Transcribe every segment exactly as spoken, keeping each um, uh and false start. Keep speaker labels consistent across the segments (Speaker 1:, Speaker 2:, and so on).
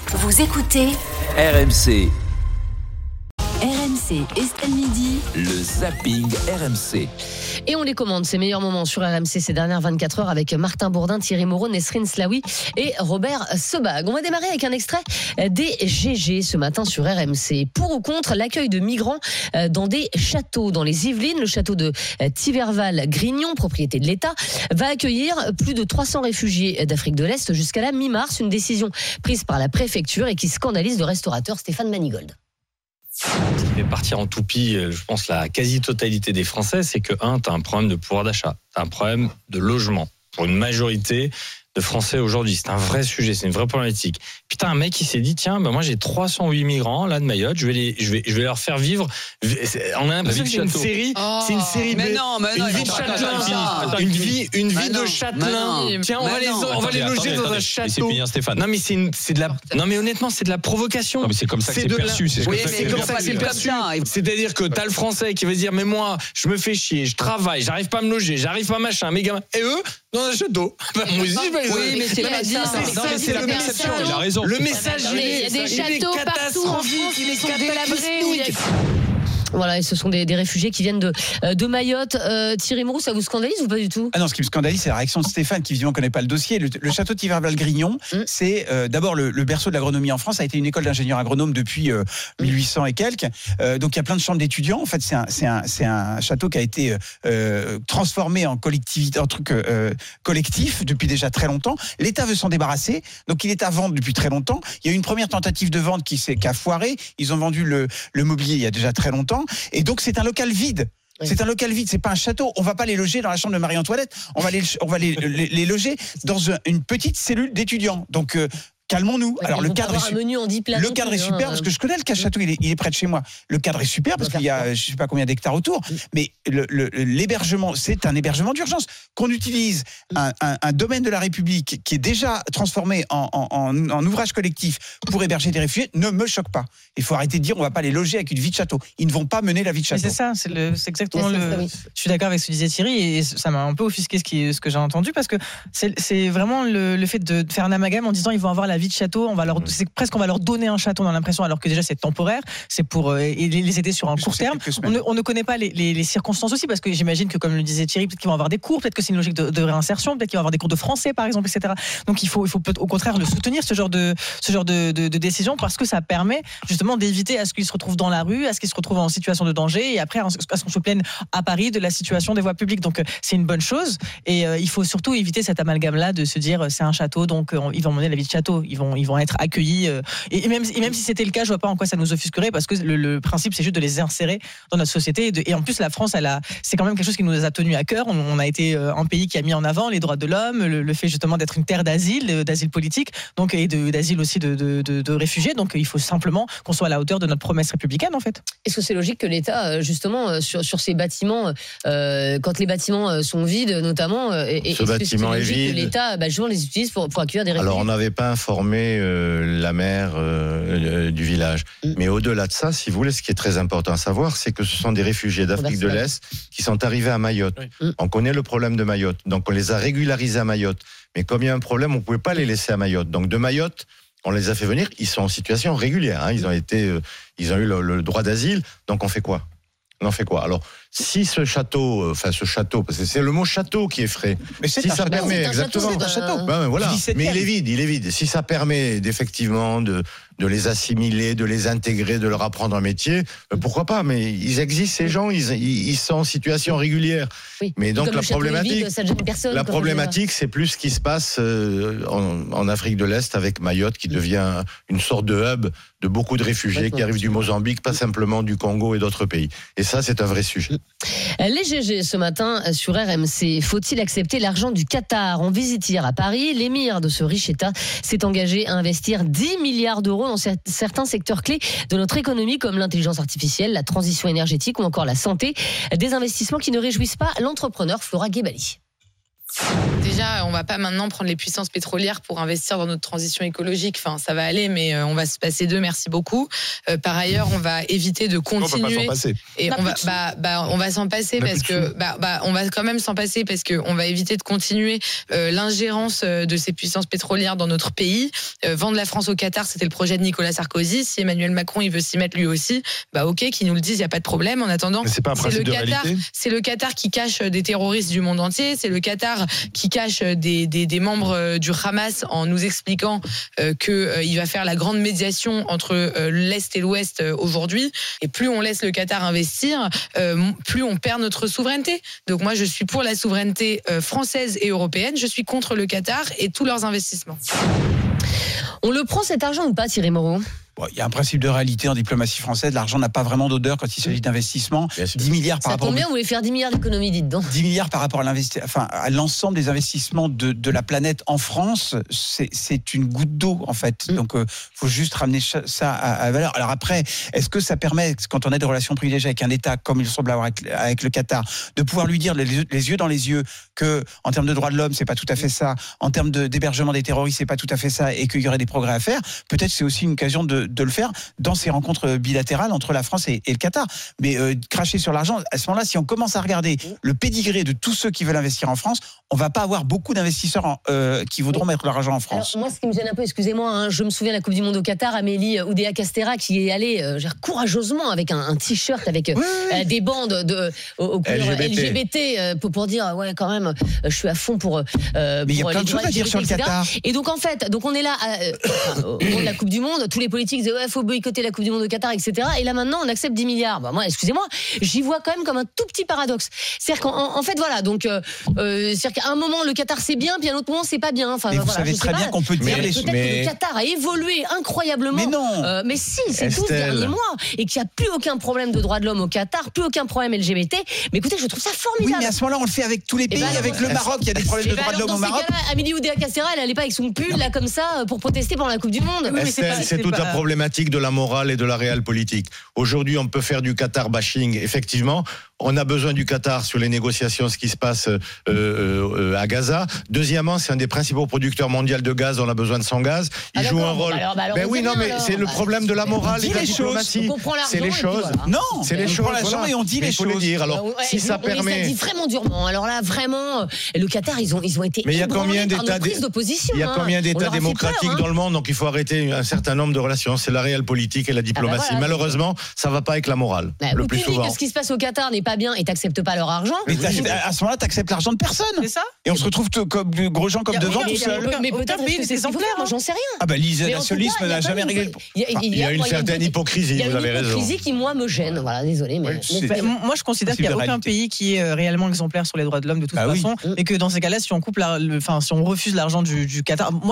Speaker 1: Vous écoutez
Speaker 2: R M C.
Speaker 1: R M C Estelle Midi.
Speaker 2: Le zapping R M C.
Speaker 3: Et on les commande, ces meilleurs moments sur R M C ces dernières vingt-quatre heures avec Martin Bourdin, Thierry Moreau, Nesrine Slaoui et Robert Sebag. On va démarrer avec un extrait des G G ce matin sur R M C. Pour ou contre l'accueil de migrants dans des châteaux dans les Yvelines, le château de Thiverval-Grignon, propriété de l'État, va accueillir plus de trois cents réfugiés d'Afrique de l'Est jusqu'à la mi-mars. Une décision prise par la préfecture et qui scandalise le restaurateur Stéphane Manigold.
Speaker 4: Ce qui fait partir en toupie, je pense, la quasi-totalité des Français, c'est que, un, tu as un problème de pouvoir d'achat, tu as un problème de logement pour une majorité de Français aujourd'hui. C'est un vrai sujet, c'est une vraie problématique. Puis t'as un mec qui s'est dit, tiens, ben moi j'ai trois cent huit migrants là de Mayotte, je vais les, je vais, je vais leur faire vivre. On a l'impression que c'est une série,
Speaker 5: oh,
Speaker 4: c'est une série
Speaker 5: mais
Speaker 4: de,
Speaker 5: non, mais non,
Speaker 4: une vie de châtelain, une vie, une vie de châtelain. Tiens, on va les, on va les loger dans un château.
Speaker 6: Stéphane.
Speaker 4: Non mais c'est une, c'est de la, non mais honnêtement, c'est de la provocation.
Speaker 6: Non mais c'est comme ça que c'est perçu.
Speaker 4: C'est comme ça que c'est perçu. C'est-à-dire que t'as le Français qui va dire, mais moi, je me fais chier, je travaille, j'arrive pas à me loger, j'arrive pas à machin, mes gamins. Et eux, dans un château. Moi aussi, je vais les
Speaker 5: Oui, mais c'est pas
Speaker 4: ça, c'est ça, c'est le message.
Speaker 6: Il a raison.
Speaker 4: Le message,
Speaker 3: il y a des châteaux partout en France qui sont délabrés où il y a... Voilà, et ce sont des, des réfugiés qui viennent de, de Mayotte. Euh, Thierry Moreau, ça vous scandalise ou pas du tout ?
Speaker 7: Ah non, ce qui me scandalise, c'est la réaction de Stéphane, qui visiblement ne connaît pas le dossier. Le, le château de Thiverval-Grignon, mmh. c'est euh, d'abord le, le berceau de l'agronomie en France. Ça a été une école d'ingénieurs agronomes depuis euh, mille huit cents et quelques. Euh, donc il y a plein de chambres d'étudiants. En fait, c'est un, c'est un, c'est un château qui a été euh, transformé en collectivité, en truc euh, collectif depuis déjà très longtemps. L'État veut s'en débarrasser, donc il est à vendre depuis très longtemps. Il y a eu une première tentative de vente qui, s'est, qui a foiré. Ils ont vendu le, le mobilier il y a déjà très longtemps. Et donc c'est un local vide. Oui. C'est un local vide, c'est pas un château. On va pas les loger dans la chambre de Marie-Antoinette. On va les, on va les, les, les loger dans une petite cellule d'étudiants. Donc euh, calmons-nous.
Speaker 3: Ouais,
Speaker 7: alors le cadre, est, su- le cadre est super
Speaker 3: hein,
Speaker 7: parce que je connais le cas château, il est, il est près de chez moi. Le cadre est super parce qu'il y a je sais pas combien d'hectares autour, mmh. mais le, le, l'hébergement, c'est un hébergement d'urgence. Qu'on utilise mmh. un, un, un domaine de la République qui est déjà transformé en, en, en, en ouvrage collectif pour héberger des réfugiés ne me choque pas. Il faut arrêter de dire on va pas les loger avec une vie de château. Ils ne vont pas mener la vie de château.
Speaker 8: Mais c'est ça, c'est, le, c'est exactement
Speaker 3: c'est
Speaker 8: le.
Speaker 3: Ça, oui.
Speaker 8: Je suis d'accord avec ce que disait Thierry et ça m'a un peu offusqué ce, qui, ce que j'ai entendu parce que c'est, c'est vraiment le, le fait de faire un amalgame en disant ils vont avoir la vie de château, on va leur c'est presque on va leur donner un château, on a l'impression, alors que déjà c'est temporaire, c'est pour euh, les aider sur un court terme. On ne, on ne connaît pas les, les, les circonstances aussi, parce que j'imagine que, comme le disait Thierry, peut-être qu'ils vont avoir des cours, peut-être que c'est une logique de, de réinsertion, peut-être qu'ils vont avoir des cours de français par exemple, et cetera. Donc il faut, il faut au contraire le soutenir, ce genre de, ce genre de, de, de décision, parce que ça permet justement d'éviter à ce qu'ils se retrouvent dans la rue, à ce qu'ils se retrouvent en situation de danger, et après à ce qu'on se plaigne à Paris de la situation des voies publiques. Donc c'est une bonne chose, et euh, il faut surtout éviter cet amalgame-là de se dire c'est un château, donc euh, ils vont mener la vie de château, ils vont, ils vont être accueillis. Euh, Et même, et même si c'était le cas, je vois pas en quoi ça nous offusquerait, parce que le, le principe c'est juste de les insérer dans notre société. Et, de, et en plus, la France, elle a, c'est quand même quelque chose qui nous a tenu à cœur. On, on a été un pays qui a mis en avant les droits de l'homme, le, le fait justement d'être une terre d'asile, d'asile politique, donc et de, d'asile aussi de, de, de, de réfugiés. Donc il faut simplement qu'on soit à la hauteur de notre promesse républicaine, en fait.
Speaker 3: Est-ce que c'est logique que l'État, justement, sur, sur ces bâtiments, euh, quand les bâtiments sont vides, notamment, et,
Speaker 9: ce bâtiment est, est vide,
Speaker 3: que l'État, bah, justement, les utilise pour, pour accueillir des réfugiés?
Speaker 9: Alors on n'avait pas informé euh, la maire Euh, du village. Mm. Mais au-delà de ça, si vous voulez, ce qui est très important à savoir, c'est que ce sont des réfugiés d'Afrique de l'Est qui sont arrivés à Mayotte. Oui. Mm. On connaît le problème de Mayotte, donc on les a régularisés à Mayotte. Mais comme il y a un problème, on ne pouvait pas les laisser à Mayotte. Donc de Mayotte, on les a fait venir, ils sont en situation régulière. Hein. Ils ont été, euh, ils ont eu le, le droit d'asile. Donc on fait quoi ? On en fait quoi ? Alors, si ce château, enfin ce château, parce que c'est le mot château qui est frais. Mais c'est si ça château, permet, c'est exactement.
Speaker 7: C'est un château.
Speaker 9: Ben, voilà. Mais il est vide, il est vide. Si ça permet d'effectivement de de les assimiler, de les intégrer, de leur apprendre un métier, pourquoi pas ? Mais ils existent, ces gens, ils, ils sont en situation régulière. Oui. Mais donc la problématique, vide, personne, la problématique, c'est plus ce qui se passe en, en Afrique de l'Est avec Mayotte, qui devient une sorte de hub de beaucoup de réfugiés D'accord. qui arrivent du Mozambique, pas simplement du Congo et d'autres pays. Et ça, c'est un vrai sujet.
Speaker 3: Les G G ce matin sur R M C. Faut-il accepter l'argent du Qatar ? En visite hier à Paris, l'émir de ce riche État s'est engagé à investir dix milliards d'euros dans certains secteurs clés de notre économie, comme l'intelligence artificielle, la transition énergétique ou encore la santé. Des investissements qui ne réjouissent pas l'entrepreneur Flora Ghebali.
Speaker 5: Déjà, on va pas maintenant prendre les puissances pétrolières pour investir dans notre transition écologique. Enfin, ça va aller, mais on va se passer d'eux. Merci beaucoup. Euh, par ailleurs, on va éviter de continuer.
Speaker 6: On va pas s'en passer.
Speaker 5: Et on, on va, bah, bah, on va s'en passer parce que, bah, bah, on va quand même s'en passer parce que on va éviter de continuer euh, l'ingérence de ces puissances pétrolières dans notre pays. Euh, vendre la France au Qatar, c'était le projet de Nicolas Sarkozy. Si Emmanuel Macron il veut s'y mettre lui aussi, bah ok, qu'il nous le dise, il y a pas de problème. En attendant,
Speaker 6: mais c'est pas un principe
Speaker 5: le
Speaker 6: de
Speaker 5: Qatar,
Speaker 6: réalité.
Speaker 5: c'est le Qatar qui cache des terroristes du monde entier. C'est le Qatar qui cache des, des, des membres du Hamas en nous expliquant euh, qu'il euh, va faire la grande médiation entre euh, l'Est et l'Ouest euh, aujourd'hui. Et plus on laisse le Qatar investir, euh, plus on perd notre souveraineté. Donc moi, je suis pour la souveraineté euh, française et européenne. Je suis contre le Qatar et tous leurs investissements.
Speaker 3: On le prend cet argent ou pas, Thierry Moreau ?
Speaker 7: Il y a un principe de réalité en diplomatie française. L'argent n'a pas vraiment d'odeur quand il s'agit d'investissement. dix milliards par
Speaker 3: ça
Speaker 7: rapport.
Speaker 3: tombe bien, vous voulez faire dix milliards d'économies, dites donc.
Speaker 7: dix milliards par rapport à, l'investi... enfin, à l'ensemble des investissements de, de la planète en France, c'est, c'est une goutte d'eau, en fait. Mm. Donc, il euh, faut juste ramener ça à, à valeur. Alors après, est-ce que ça permet, quand on a des relations privilégiées avec un État, comme il semble avoir avec, avec le Qatar, de pouvoir lui dire les, les yeux dans les yeux que, en termes de droits de l'homme, c'est pas tout à fait ça, en termes de, d'hébergement des terroristes, c'est pas tout à fait ça, et qu'il y aurait des progrès à faire. Peut-être c'est aussi une occasion de, de le faire dans ces rencontres bilatérales entre la France et, et le Qatar. Mais euh, cracher sur l'argent, à ce moment-là, si on commence à regarder le pédigré de tous ceux qui veulent investir en France, on va pas avoir beaucoup d'investisseurs en, euh, qui voudront mettre leur argent en France.
Speaker 3: Alors, moi, ce qui me gêne un peu, excusez-moi, hein, je me souviens de la Coupe du Monde au Qatar, Amélie Oudéa-Castéra qui est allée euh, genre, courageusement avec un, un t-shirt avec euh, oui, oui. Euh, des bandes de, aux, aux couleurs L G B T, L G B T euh, pour, pour dire ouais quand même, euh, je suis à fond pour. Euh,
Speaker 7: Mais il y a plein de choses à dire sur le Qatar.
Speaker 3: Et donc en fait, donc on est là euh, enfin, au moment de la Coupe du Monde, tous les politiques disaient ouais, faut boycotter la Coupe du Monde au Qatar, et cetera. Et là maintenant, on accepte dix milliards. Bah, moi, excusez-moi, j'y vois quand même comme un tout petit paradoxe. C'est-à-dire qu'en en fait, voilà, donc, euh, c'est-à-dire qu'à un moment, le Qatar c'est bien, puis à un autre moment, c'est pas bien. Enfin,
Speaker 7: mais
Speaker 3: voilà,
Speaker 7: vous savez très bien qu'on peut dire les
Speaker 3: choses.
Speaker 7: Mais...
Speaker 3: Peut-être que le Qatar a évolué incroyablement.
Speaker 7: Mais non.
Speaker 3: Euh, mais si, c'est tout ce dernier mois. Et qu'il n'y a plus aucun problème de droits de l'homme au Qatar, plus aucun problème L G B T. Mais écoutez, je trouve ça formidable.
Speaker 7: Oui, mais à ce moment-là, on le fait avec tous les pays, ben, avec alors, le Maroc, il y a des problèmes de droits de l'homme au Maroc.
Speaker 3: Amélie Oudéa-Castéra, elle n'allait pas avec son pull, là, comme ça, pour protester pendant la Coupe du Monde.
Speaker 9: Oui, c'est, c'est, c'est toute pas... la problématique de la morale et de la réelle politique. Aujourd'hui, on peut faire du Qatar bashing, effectivement. On a besoin du Qatar sur les négociations, ce qui se passe euh, euh, à Gaza. Deuxièmement, c'est un des principaux producteurs mondiaux de gaz. On a besoin de son gaz. Il ah, joue un rôle. Bah alors, bah alors, ben oui, non, mais alors. c'est le problème de la morale et de la diplomatie.
Speaker 3: C'est
Speaker 9: les choses.
Speaker 3: Voilà.
Speaker 7: Non,
Speaker 9: c'est les choses.
Speaker 7: On prend l'argent et on dit les choses.
Speaker 9: Il faut les dire. Alors,
Speaker 3: ouais,
Speaker 9: si ça
Speaker 3: on
Speaker 9: permet.
Speaker 3: Ça dit vraiment durement. Alors là, vraiment, le Qatar, ils ont, ils ont été.
Speaker 9: Mais il y a combien d'États
Speaker 3: d'opposition
Speaker 9: Il y a combien d'États démocratiques dans le monde, donc il faut arrêter un certain nombre de relations. C'est la réelle politique et la diplomatie.
Speaker 3: Ah bah voilà,
Speaker 9: Malheureusement, ça va pas avec la morale.
Speaker 3: Bah,
Speaker 9: le
Speaker 3: ou
Speaker 9: plus
Speaker 3: tu
Speaker 9: souvent.
Speaker 3: dis que ce qui se passe au Qatar n'est pas bien et t'acceptes pas leur argent.
Speaker 7: Mais à ce moment-là, t'acceptes l'argent de personne.
Speaker 8: C'est ça.
Speaker 7: Et on se retrouve tout, comme gros gens comme devant tout seul.
Speaker 3: Mais peut-être que c'est exemplaire. Moi, j'en sais rien.
Speaker 7: Ah bah l'isolationnisme n'a jamais réglé.
Speaker 9: Il y a une certaine hypocrisie. Vous avez raison.
Speaker 3: Il y a une hypocrisie qui moi me gêne. Voilà, désolé, mais
Speaker 8: moi je considère qu'il n'y a aucun pays qui est réellement exemplaire sur les droits de l'homme de toute façon, et que dans ces cas-là, si on coupe, enfin si on refuse l'argent du Qatar, moi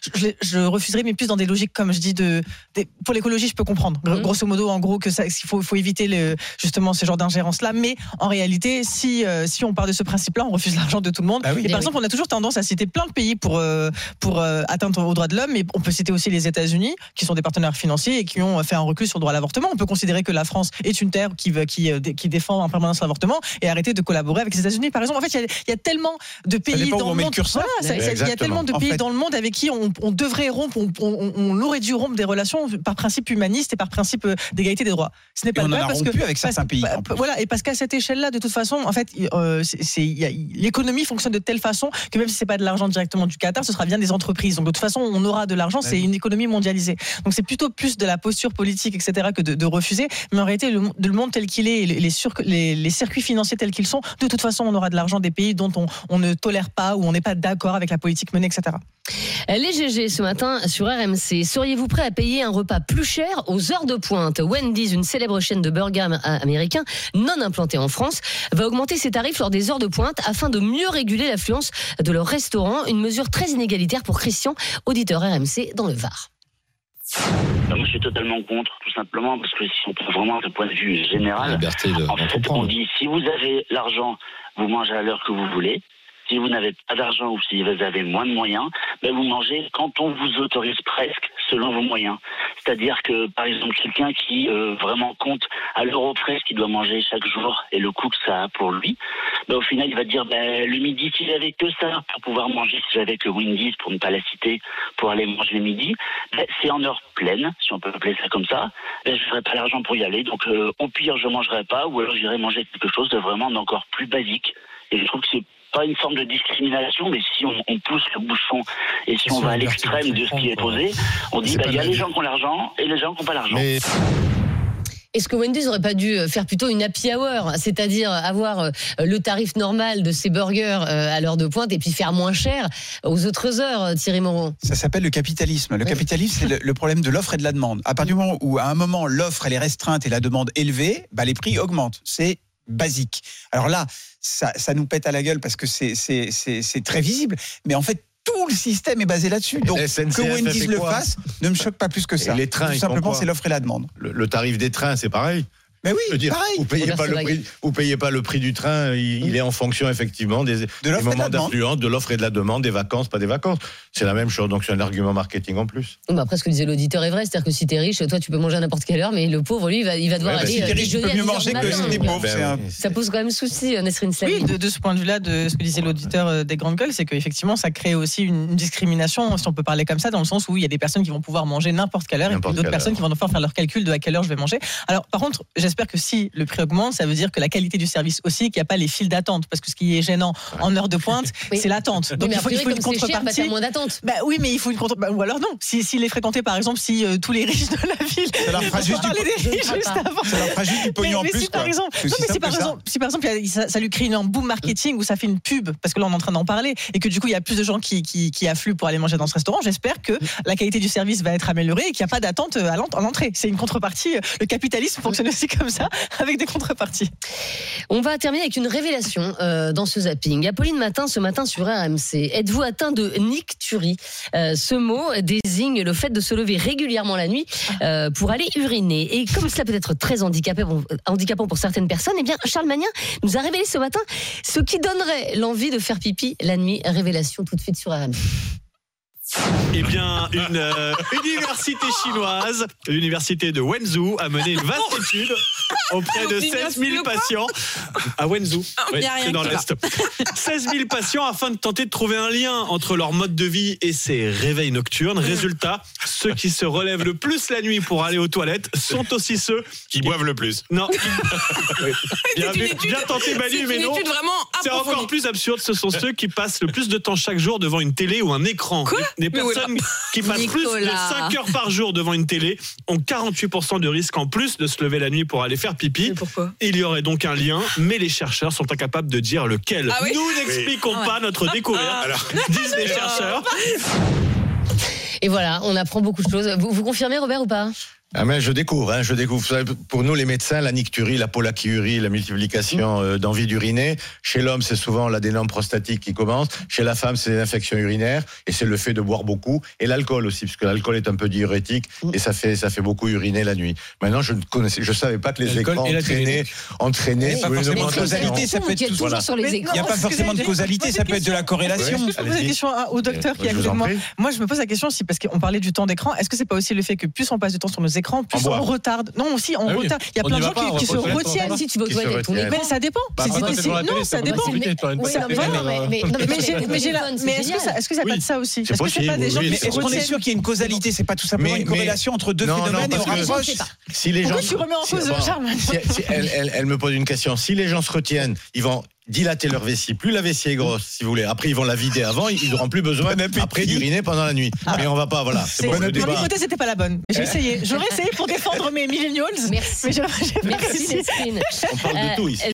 Speaker 8: je refuserais, mais plus dans des logiques comme je dis de pour l'écologie, je peux comprendre. Grosso modo, en gros, que ça, qu'il faut, faut éviter le, justement ce genre d'ingérence-là. Mais en réalité, si, euh, si on part de ce principe-là, on refuse l'argent de tout le monde. Bah oui, et par exemple, oui. on a toujours tendance à citer plein de pays pour, euh, pour euh, atteindre aux droits de l'homme, mais on peut citer aussi les États-Unis, qui sont des partenaires financiers et qui ont fait un recul sur le droit à l'avortement. On peut considérer que la France est une terre qui, qui, qui défend en permanence l'avortement et arrêter de collaborer avec les États-Unis, par exemple. En fait, il y, y a tellement de pays dans le monde. Voilà, ça, il y a tellement de pays fait. dans le monde avec qui on, on devrait rompre, on, on, on aurait dû rompre des relations par principe humaniste et par principe d'égalité des droits. Ce n'est pas
Speaker 7: et
Speaker 8: le
Speaker 7: cas parce que
Speaker 8: avec
Speaker 7: certains pays.
Speaker 8: Voilà, et parce qu'à cette échelle-là, de toute façon, en fait, euh, c'est, c'est, y a, l'économie fonctionne de telle façon que même si c'est pas de l'argent directement du Qatar, ce sera bien des entreprises. Donc de toute façon, on aura de l'argent. C'est une économie mondialisée. Donc c'est plutôt plus de la posture politique, et cetera, que de, de refuser. Mais en réalité, le, le monde tel qu'il est, les, les, sur, les, les circuits financiers tels qu'ils sont, de toute façon, on aura de l'argent des pays dont on, on ne tolère pas ou on n'est pas d'accord avec la politique menée, et cetera.
Speaker 3: Les G G ce matin sur R M C. Seriez-vous prêt à payer un repas plus cher aux heures de pointe ? Wendy's, une célèbre chaîne de burgers américains non implantée en France, va augmenter ses tarifs lors des heures de pointe afin de mieux réguler l'affluence de leur restaurant. Une mesure très inégalitaire pour Christian, auditeur R M C dans le Var.
Speaker 10: Moi, je suis totalement contre, tout simplement, parce que si on prend vraiment d'un point de vue général,
Speaker 4: de
Speaker 10: en fait, on dit si vous avez l'argent, vous mangez à l'heure que vous voulez. Si vous n'avez pas d'argent ou si vous avez moins de moyens, ben vous mangez quand on vous autorise presque selon vos moyens. C'est-à-dire que, par exemple, quelqu'un qui euh, vraiment compte à l'euro près ce qu'il doit manger chaque jour et le coût que ça a pour lui, bah, au final, il va dire bah, le midi, si j'avais que ça pour pouvoir manger, si j'avais que Wendy's, pour ne pas la citer, pour aller manger le midi, bah, c'est en heure pleine, si on peut appeler ça comme ça, bah, je n'aurais pas l'argent pour y aller. Donc, euh, au pire, je ne mangerai pas, ou alors j'irai manger quelque chose de vraiment d'encore plus basique. Et je trouve que c'est pas une forme de discrimination, mais si on, on pousse le bouchon et si on va à l'extrême de ce qui est posé, on dit bah, il y a les gens qui ont l'argent et les gens qui n'ont pas l'argent. Mais...
Speaker 3: Est-ce que Wendy's n'aurait pas dû faire plutôt une happy hour, c'est-à-dire avoir le tarif normal de ses burgers à l'heure de pointe et puis faire moins cher aux autres heures, Thierry Moreau?
Speaker 7: Ça s'appelle le capitalisme. Le capitalisme, c'est le, le problème de l'offre et de la demande. À partir du moment où, à un moment, l'offre elle est restreinte et la demande élevée, bah, les prix augmentent. C'est basique. Alors là, ça, ça nous pète à la gueule parce que c'est, c'est, c'est, c'est très visible, mais en fait, tout le système est basé là-dessus. Donc, que Wendy's le fasse ne me choque pas plus que ça.
Speaker 9: Et les trains,
Speaker 7: tout simplement, c'est l'offre et la demande.
Speaker 9: Le, le tarif des trains, c'est pareil.
Speaker 7: Mais oui,
Speaker 9: Je veux dire,
Speaker 7: pareil.
Speaker 9: Vous payez pas le prix, vous payez pas le prix du train. Il, il est en fonction effectivement des,
Speaker 7: de
Speaker 9: des moments d'affluence, de l'offre et de la demande, des vacances, pas des vacances. C'est la même chose. Donc c'est un argument marketing en plus.
Speaker 3: Bah après, ce que disait l'auditeur est vrai, c'est-à-dire que si t'es riche, toi tu peux manger à n'importe quelle heure, mais le pauvre lui, il va, il va devoir
Speaker 7: ouais, bah,
Speaker 3: aller.
Speaker 7: Si t'es riche, tu peux mieux manger que si t'es pauvre.
Speaker 9: Ben,
Speaker 7: un...
Speaker 3: Ça pose quand même souci, Nesrine Slawi.
Speaker 8: Oui, de, de ce point de vue-là, de ce que disait l'auditeur des grandes gueules, c'est qu'effectivement, ça crée aussi une, une discrimination, si on peut parler comme ça, dans le sens où il y a des personnes qui vont pouvoir manger n'importe quelle heure et puis d'autres personnes heure. qui vont devoir faire leur calcul de à quelle heure je vais manger. Alors, par contre, j'espère que si le prix augmente, ça veut dire que la qualité du service aussi, qu'il n'y a pas les files d'attente, parce que ce qui est gênant ouais. en heure de pointe, oui. c'est l'attente. Donc
Speaker 3: oui,
Speaker 8: il faut, il faut une contrepartie.
Speaker 3: Cher, bah, t'as moins d'attente.
Speaker 8: Bah oui, mais il faut une contrepartie. Bah, ou alors non. Si s'il est fréquenté, par exemple, si euh, tous les riches de la ville,
Speaker 7: ça leur fera juste, du...
Speaker 8: riches juste avant.
Speaker 7: Ça leur fera juste du pognon en plus.
Speaker 8: Si par exemple, non, mais si par exemple, si par exemple, ça, ça lui crée un boom marketing où ça fait une pub, parce que là on est en train d'en parler, et que du coup il y a plus de gens qui, qui, qui affluent pour aller manger dans ce restaurant, j'espère que la qualité du service va être améliorée et qu'il n'y a pas d'attente à l'entrée. C'est une contrepartie. Le capitalisme fonctionne aussi comme ça, avec des contreparties.
Speaker 3: On va terminer avec une révélation euh, dans ce zapping. Apolline Matin, ce matin sur R M C. Êtes-vous atteint de nicturie? euh, Ce mot désigne le fait de se lever régulièrement la nuit euh, pour aller uriner. Et comme cela peut être très handicapant, handicapant pour certaines personnes, eh bien Charles Magnin nous a révélé ce matin ce qui donnerait l'envie de faire pipi la nuit. Révélation tout de suite sur R M C.
Speaker 6: Eh bien, une euh, université chinoise, l'université de Wenzhou, a mené une vaste étude auprès de seize mille patients à Wenzhou, oui, c'est dans l'Est. seize mille patients afin de tenter de trouver un lien entre leur mode de vie et ces réveils nocturnes. Résultat, ceux qui se relèvent le plus la nuit pour aller aux toilettes sont aussi ceux
Speaker 11: qui, qui... boivent le plus.
Speaker 6: Non. Oui. Bien, bien tenté Manu, mais non. C'est encore plus absurde. Ce sont ceux qui passent le plus de temps chaque jour devant une télé ou un écran.
Speaker 5: Quoi?
Speaker 6: Des personnes qui passent Nicolas. plus de cinq heures par jour devant une télé ont quarante-huit pour cent de risque en plus de se lever la nuit pour aller faire pipi.
Speaker 5: Mais pourquoi?
Speaker 6: Il y aurait donc un lien, mais les chercheurs sont incapables de dire lequel.
Speaker 5: Ah oui?
Speaker 6: Nous n'expliquons oui. pas notre découverte, ah. Alors, disent les chercheurs.
Speaker 3: Et voilà, on apprend beaucoup de choses. Vous, vous confirmez, Robert, ou pas?
Speaker 9: Ah mais je découvre, hein, je découvre. Pour nous les médecins, la nicturie, la pollakiurie, la multiplication euh, d'envie d'uriner. Chez l'homme, c'est souvent l'adénome prostatique qui commence. Chez la femme, c'est les infections urinaires et c'est le fait de boire beaucoup et l'alcool aussi, parce que l'alcool est un peu diurétique et ça fait ça fait beaucoup uriner la nuit. Maintenant, je ne connaissais, je savais pas que les écrans entraînaient, entraînaient.
Speaker 7: Pas forcément de causalité, ça peut être tout. Voilà. Il n'y a pas forcément de causalité, ça peut être de la corrélation.
Speaker 8: Je pose la question au docteur qui est à côté de moi. Moi, je me pose la question aussi parce qu'on parlait du temps d'écran. Est-ce que c'est pas aussi le fait que plus on passe de temps sur nos écrans, plus on, on retarde. Non, aussi on ah oui. retarde. Il y a on plein de gens pas, qui, qui se retiennent.
Speaker 3: Si tu vas aux toilettes,
Speaker 8: mais ça dépend.
Speaker 11: Bah, si si,
Speaker 8: non, ça dépend. Mais est-ce que ça, est-ce que ça n'a pas de ça aussi? Est-ce que c'est pas des gens qui se
Speaker 7: retiennent? On est sûr qu'il y a une causalité. C'est pas tout simplement une corrélation entre deux phénomènes et on rapproche.
Speaker 9: Si les gens.
Speaker 8: Pourquoi tu remets en cause Charles?
Speaker 9: Elle me pose une question. Si les gens se retiennent, ils vont dilater leur vessie. Plus la vessie est grosse, si vous voulez. Après, ils vont la vider avant. Ils n'auront plus besoin après d'uriner pendant la nuit. Ah. Mais on va pas, voilà.
Speaker 8: C'est bon, le débat. Mon hypothèse, c'était pas la bonne. J'ai essayé. J'aurais essayé pour défendre mes millennials.
Speaker 3: Merci.
Speaker 8: Mais j'ai, j'ai
Speaker 3: Merci,
Speaker 8: Nesrine.
Speaker 9: On parle de tout ici.